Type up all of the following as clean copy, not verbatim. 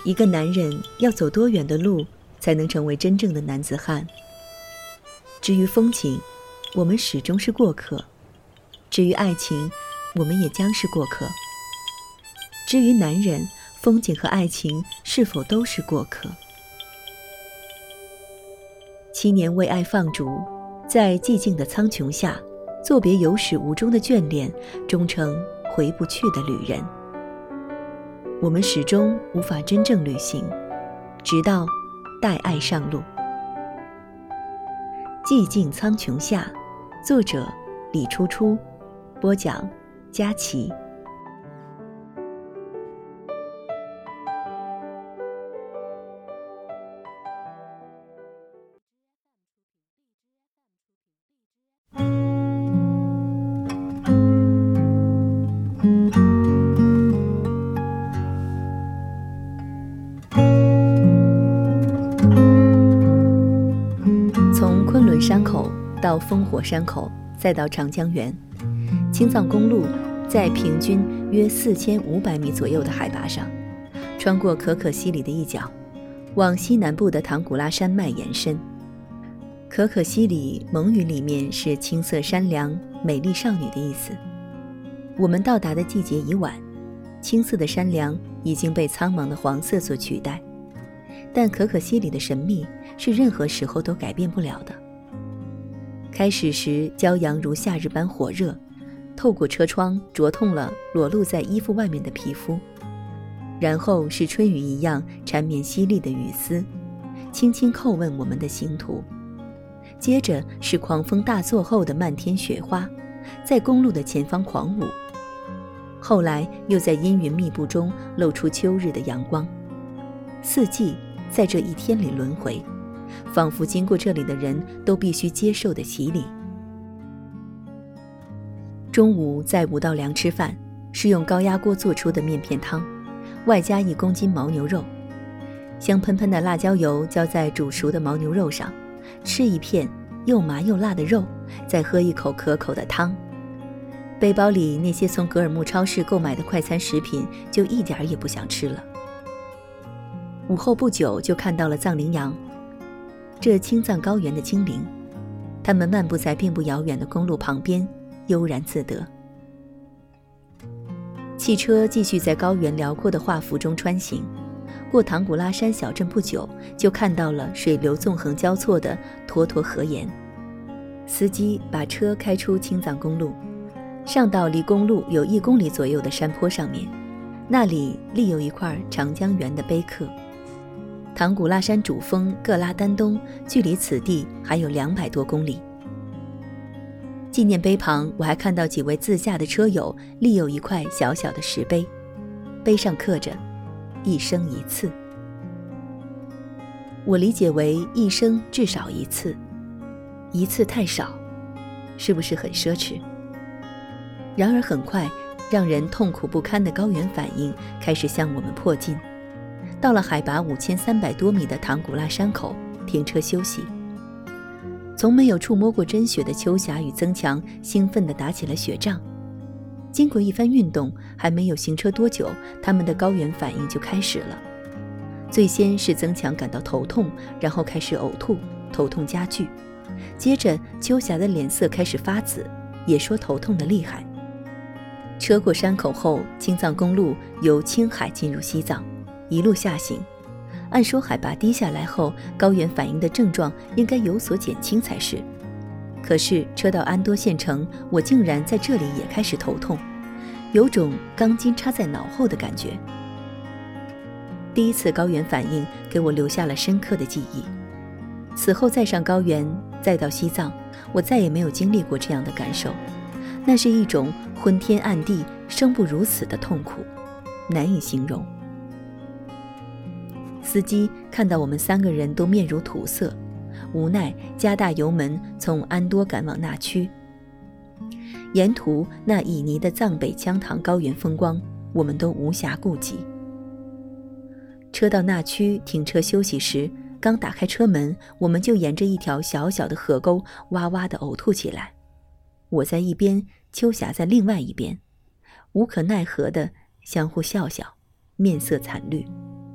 一个男人要走多远的路才能成为真正的男子汉？至于风景，我们始终是过客；至于爱情，我们也将是过客；至于男人，风景和爱情是否都是过客？7年为爱放逐，在寂静的苍穹下，作别有始无终的眷恋，终成回不去的旅人。我们始终无法真正旅行，直到带爱上路。寂静苍穹下，作者李初初，播讲佳琪。从昆仑山口到烽火山口，再到长江源，青藏公路在平均约4500米左右的海拔上，穿过可可西里的一角，往西南部的唐古拉山脉延伸。可可西里蒙语里面是青色山梁、美丽少女的意思。我们到达的季节已晚，青色的山梁已经被苍茫的黄色所取代，但可可西里的神秘是任何时候都改变不了的。开始时骄阳如夏日般火热，透过车窗灼痛了裸露在衣服外面的皮肤，然后是春雨一样缠绵犀利的雨丝，轻轻叩问我们的行途。接着是狂风大作后的漫天雪花，在公路的前方狂舞。后来又在阴云密布中露出秋日的阳光。四季在这一天里轮回，仿佛经过这里的人都必须接受的洗礼。中午在五道梁吃饭，是用高压锅做出的面片汤，外加1公斤牦牛肉，香喷喷的辣椒油浇在煮熟的牦牛肉上，吃一片又麻又辣的肉，再喝一口可口的汤。背包里那些从格尔木超市购买的快餐食品就一点也不想吃了。午后不久就看到了藏羚羊，这青藏高原的精灵，它们漫步在并不遥远的公路旁边，悠然自得。汽车继续在高原辽阔的画幅中穿行，过唐古拉山小镇不久，就看到了水流纵横交错的沱沱河沿。司机把车开出青藏公路，上到离公路有1公里左右的山坡上面，那里立有一块长江源的碑刻。唐古拉山主峰格拉丹东距离此地还有200多公里。纪念碑旁，我还看到几位自驾的车友立有一块小小的石碑，碑上刻着一生一次。我理解为一生至少一次，一次太少，是不是很奢侈？然而很快，让人痛苦不堪的高原反应开始向我们迫近。到了海拔5300多米的唐古拉山口，停车休息。从没有触摸过真雪的秋霞与增强兴奋地打起了雪仗。经过一番运动，还没有行车多久，他们的高原反应就开始了。最先是增强感到头痛，然后开始呕吐，头痛加剧。接着秋霞的脸色开始发紫，也说头痛的厉害。车过山口后，青藏公路由青海进入西藏，一路下行。按说海拔低下来后，高原反应的症状应该有所减轻才是。可是车到安多县城，我竟然在这里也开始头痛，有种钢筋插在脑后的感觉。第一次高原反应给我留下了深刻的记忆。此后再上高原，再到西藏，我再也没有经历过这样的感受。那是一种昏天暗地、生不如死的痛苦，难以形容。司机看到我们3个人都面如土色，无奈加大油门从安多赶往纳曲。沿途那旖旎的藏北羌塘高原风光，我们都无暇顾及。车到纳曲停车休息时，刚打开车门，我们就沿着一条小小的河沟哇哇地呕吐起来。我在一边，秋霞在另外一边，无可奈何地相互笑笑，面色惨绿。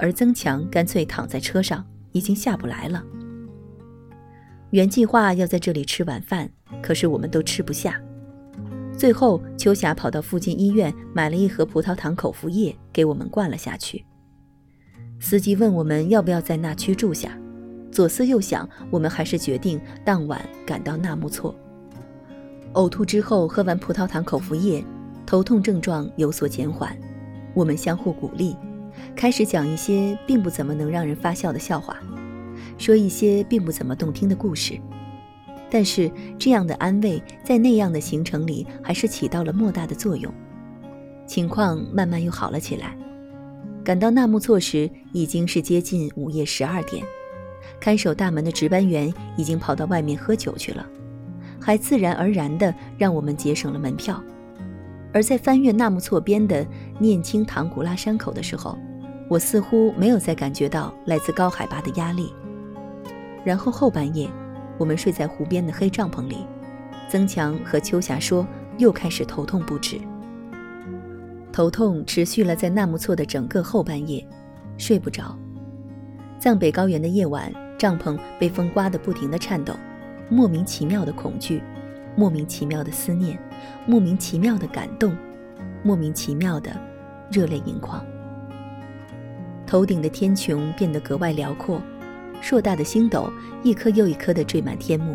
而曾强干脆躺在车上，已经下不来了。原计划要在这里吃晚饭，可是我们都吃不下。最后秋霞跑到附近医院买了一盒葡萄糖口服液给我们灌了下去。司机问我们要不要在那区住下，左思右想，我们还是决定当晚赶到纳木错。呕吐之后喝完葡萄糖口服液，头痛症状有所减缓，我们相互鼓励，开始讲一些并不怎么能让人发笑的笑话，说一些并不怎么动听的故事。但是这样的安慰在那样的行程里还是起到了莫大的作用，情况慢慢又好了起来。赶到纳木错时已经是接近午夜12点，看守大门的值班员已经跑到外面喝酒去了，还自然而然地让我们节省了门票。而在翻越纳木错边的念青唐古拉山口的时候，我似乎没有再感觉到来自高海拔的压力。然后后半夜我们睡在湖边的黑帐篷里，曾强和秋霞说又开始头痛不止。头痛持续了在纳木错的整个后半夜，睡不着。藏北高原的夜晚，帐篷被风刮得不停地颤抖，莫名其妙的恐惧，莫名其妙的思念，莫名其妙的感动，莫名其妙的热泪盈眶。头顶的天穹变得格外辽阔，硕大的星斗一颗又一颗地缀满天幕，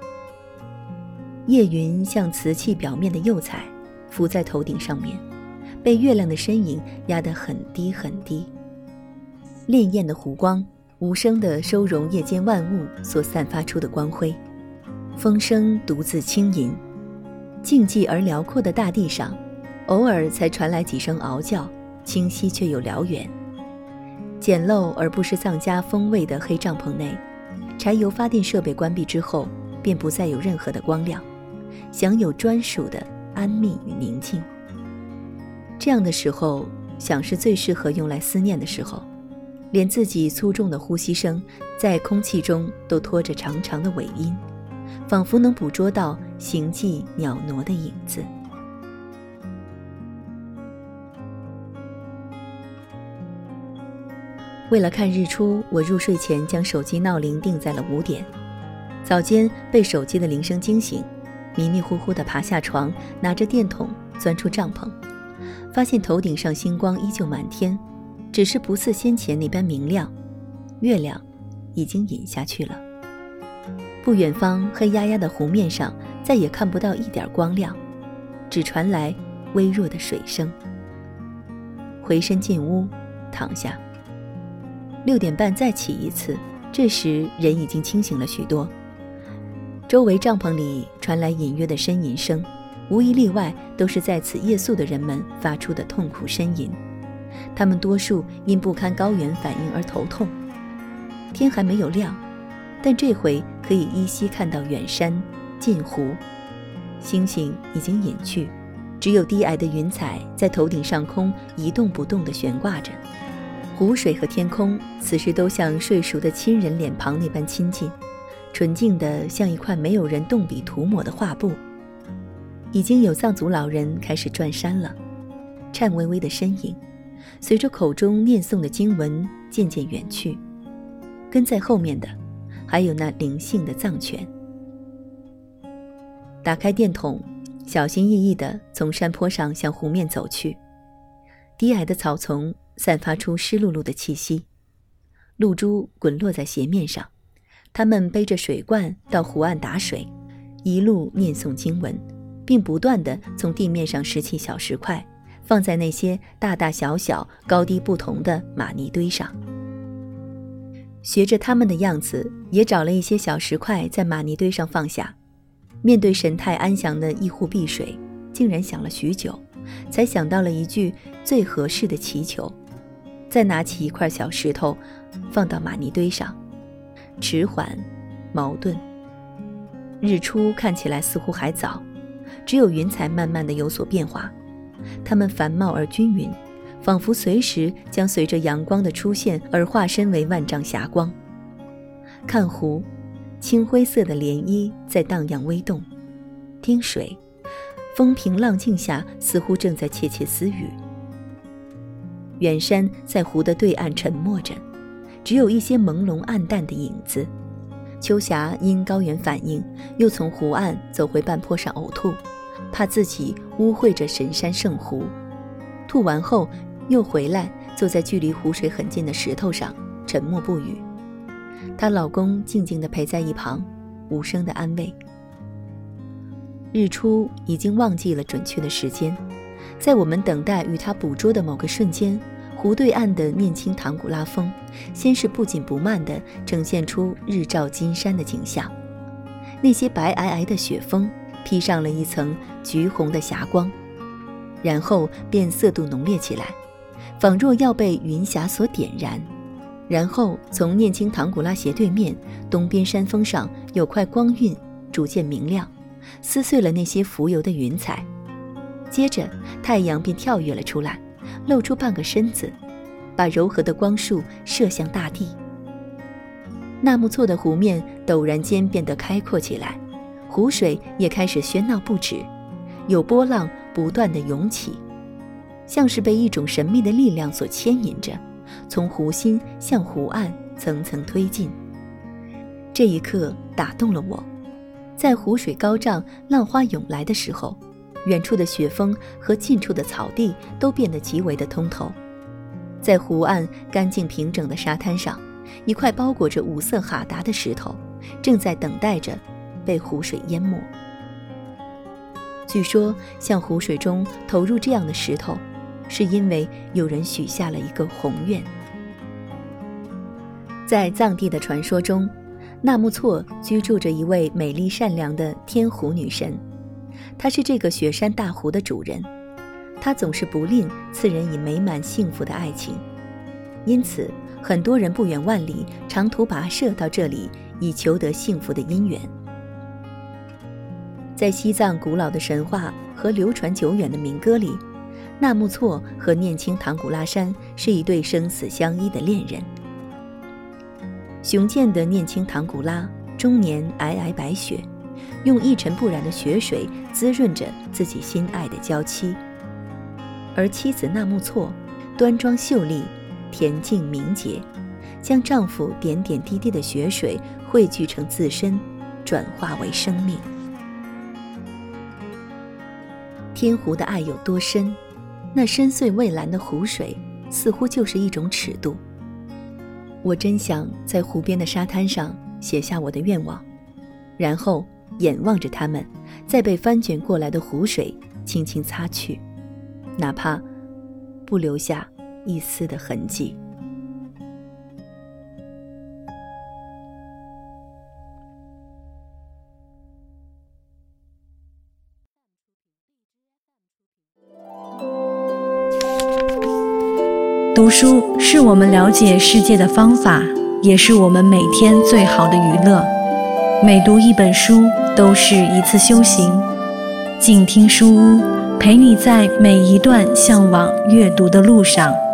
夜云像瓷器表面的釉彩浮在头顶上面，被月亮的身影压得很低很低，潋滟的湖光无声地收容夜间万物所散发出的光辉。风声独自轻吟，静寂而辽阔的大地上偶尔才传来几声嗷叫，清晰却又辽远。简陋而不失藏家风味的黑帐篷内，柴油发电设备关闭之后便不再有任何的光亮，享有专属的安谧与宁静。这样的时候想是最适合用来思念的时候，连自己粗重的呼吸声在空气中都拖着长长的尾音，仿佛能捕捉到行迹袅娜的影子。为了看日出，我入睡前将手机闹铃定在了5点。早间被手机的铃声惊醒，迷迷糊糊地爬下床，拿着电筒钻出帐篷，发现头顶上星光依旧满天，只是不似先前那般明亮，月亮已经隐下去了。不远方黑压压的湖面上再也看不到一点光亮，只传来微弱的水声。回身进屋躺下，6点半再起一次，这时人已经清醒了许多。周围帐篷里传来隐约的呻吟声，无一例外都是在此夜宿的人们发出的痛苦呻吟。他们多数因不堪高原反应而头痛。天还没有亮，但这回可以依稀看到远山近湖，星星已经隐去，只有低矮的云彩在头顶上空一动不动地悬挂着。湖水和天空此时都像睡熟的亲人脸庞那般亲近，纯净的像一块没有人动笔涂抹的画布。已经有藏族老人开始转山了，颤巍巍的身影随着口中念诵的经文渐渐远去，跟在后面的还有那灵性的藏犬。打开电筒，小心翼翼地从山坡上向湖面走去。低矮的草丛散发出湿漉漉的气息，露珠滚落在鞋面上，他们背着水罐到湖岸打水，一路念诵经文，并不断地从地面上拾起小石块，放在那些大大小小高低不同的玛尼堆上。学着他们的样子，也找了一些小石块在玛尼堆上放下。面对神态安详的一湖碧水，竟然想了许久，才想到了一句最合适的祈求，再拿起一块小石头放到玛尼堆上，迟缓矛盾。日出看起来似乎还早，只有云彩慢慢地有所变化，它们繁茂而均匀，仿佛随时将随着阳光的出现而化身为万丈霞光。看湖，青灰色的涟漪在荡漾微动，听水，风平浪静下似乎正在窃窃私语。 远山在湖的对岸沉默着，只有一些朦胧暗淡的影子。秋霞因高原反应，又从湖岸走回半坡上呕吐，怕自己污秽着神山圣湖。吐完后又回来，坐在距离湖水很近的石头上，沉默不语。她老公静静地陪在一旁，无声的安慰。日出已经忘记了准确的时间，在我们等待与它捕捉的某个瞬间，湖对岸的念青唐古拉峰先是不紧不慢地呈现出日照金山的景象，那些白皑皑的雪峰披上了一层橘红的霞光，然后便色度浓烈起来，仿若要被云霞所点燃。然后从念青唐古拉斜对面东边山峰上有块光晕逐渐明亮，撕碎了那些浮游的云彩。接着太阳便跳跃了出来，露出半个身子，把柔和的光束射向大地。纳木错的湖面陡然间变得开阔起来，湖水也开始喧闹不止，有波浪不断地涌起，像是被一种神秘的力量所牵引着，从湖心向湖岸层层推进。这一刻打动了我，在湖水高涨浪花涌来的时候，远处的雪峰和近处的草地都变得极为的通透。在湖岸干净平整的沙滩上，一块包裹着五色哈达的石头正在等待着被湖水淹没。据说向湖水中投入这样的石头，是因为有人许下了一个宏愿。在藏地的传说中，纳木错居住着一位美丽善良的天湖女神，她是这个雪山大湖的主人，她总是不吝赐人以美满幸福的爱情，因此很多人不远万里长途跋涉到这里，以求得幸福的姻缘。在西藏古老的神话和流传久远的民歌里，纳木错和念青唐古拉山是一对生死相依的恋人。雄健的念青唐古拉终年皑皑白雪，用一尘不染的雪水滋润着自己心爱的娇妻，而妻子纳木错端庄秀丽，恬静明洁，将丈夫点点滴滴的雪水汇聚成自身，转化为生命。天湖的爱有多深，那深邃蔚蓝的湖水似乎就是一种尺度。我真想在湖边的沙滩上写下我的愿望，然后眼望着它们再被翻卷过来的湖水轻轻擦去，哪怕不留下一丝的痕迹。 读书是我们了解世界的方法，也是我们每天最好的娱乐。每读一本书都是一次修行。静听书屋，陪你在每一段向往阅读的路上。